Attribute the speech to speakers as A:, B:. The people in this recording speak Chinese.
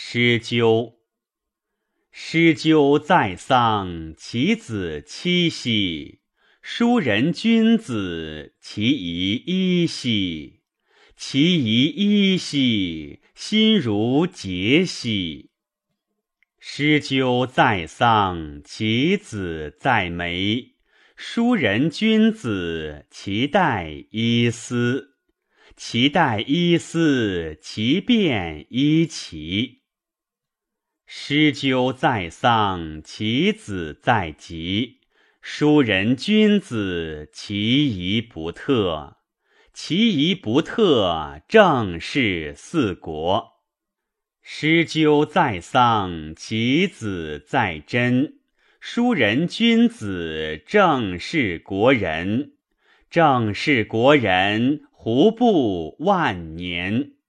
A: 诗鸠。诗鸠在桑，其子七兮。书人君子，其遗一兮。其遗一兮，心如结兮。诗鸠在桑，其子在梅。书人君子，其待伊丝。其待伊丝，其变伊奇。诗鸠在桑，其子在吉。书人君子，其仪不特。其仪不特，正是四国。诗鸠在桑，其子在真。书人君子，正是国人。正是国人，胡不万年。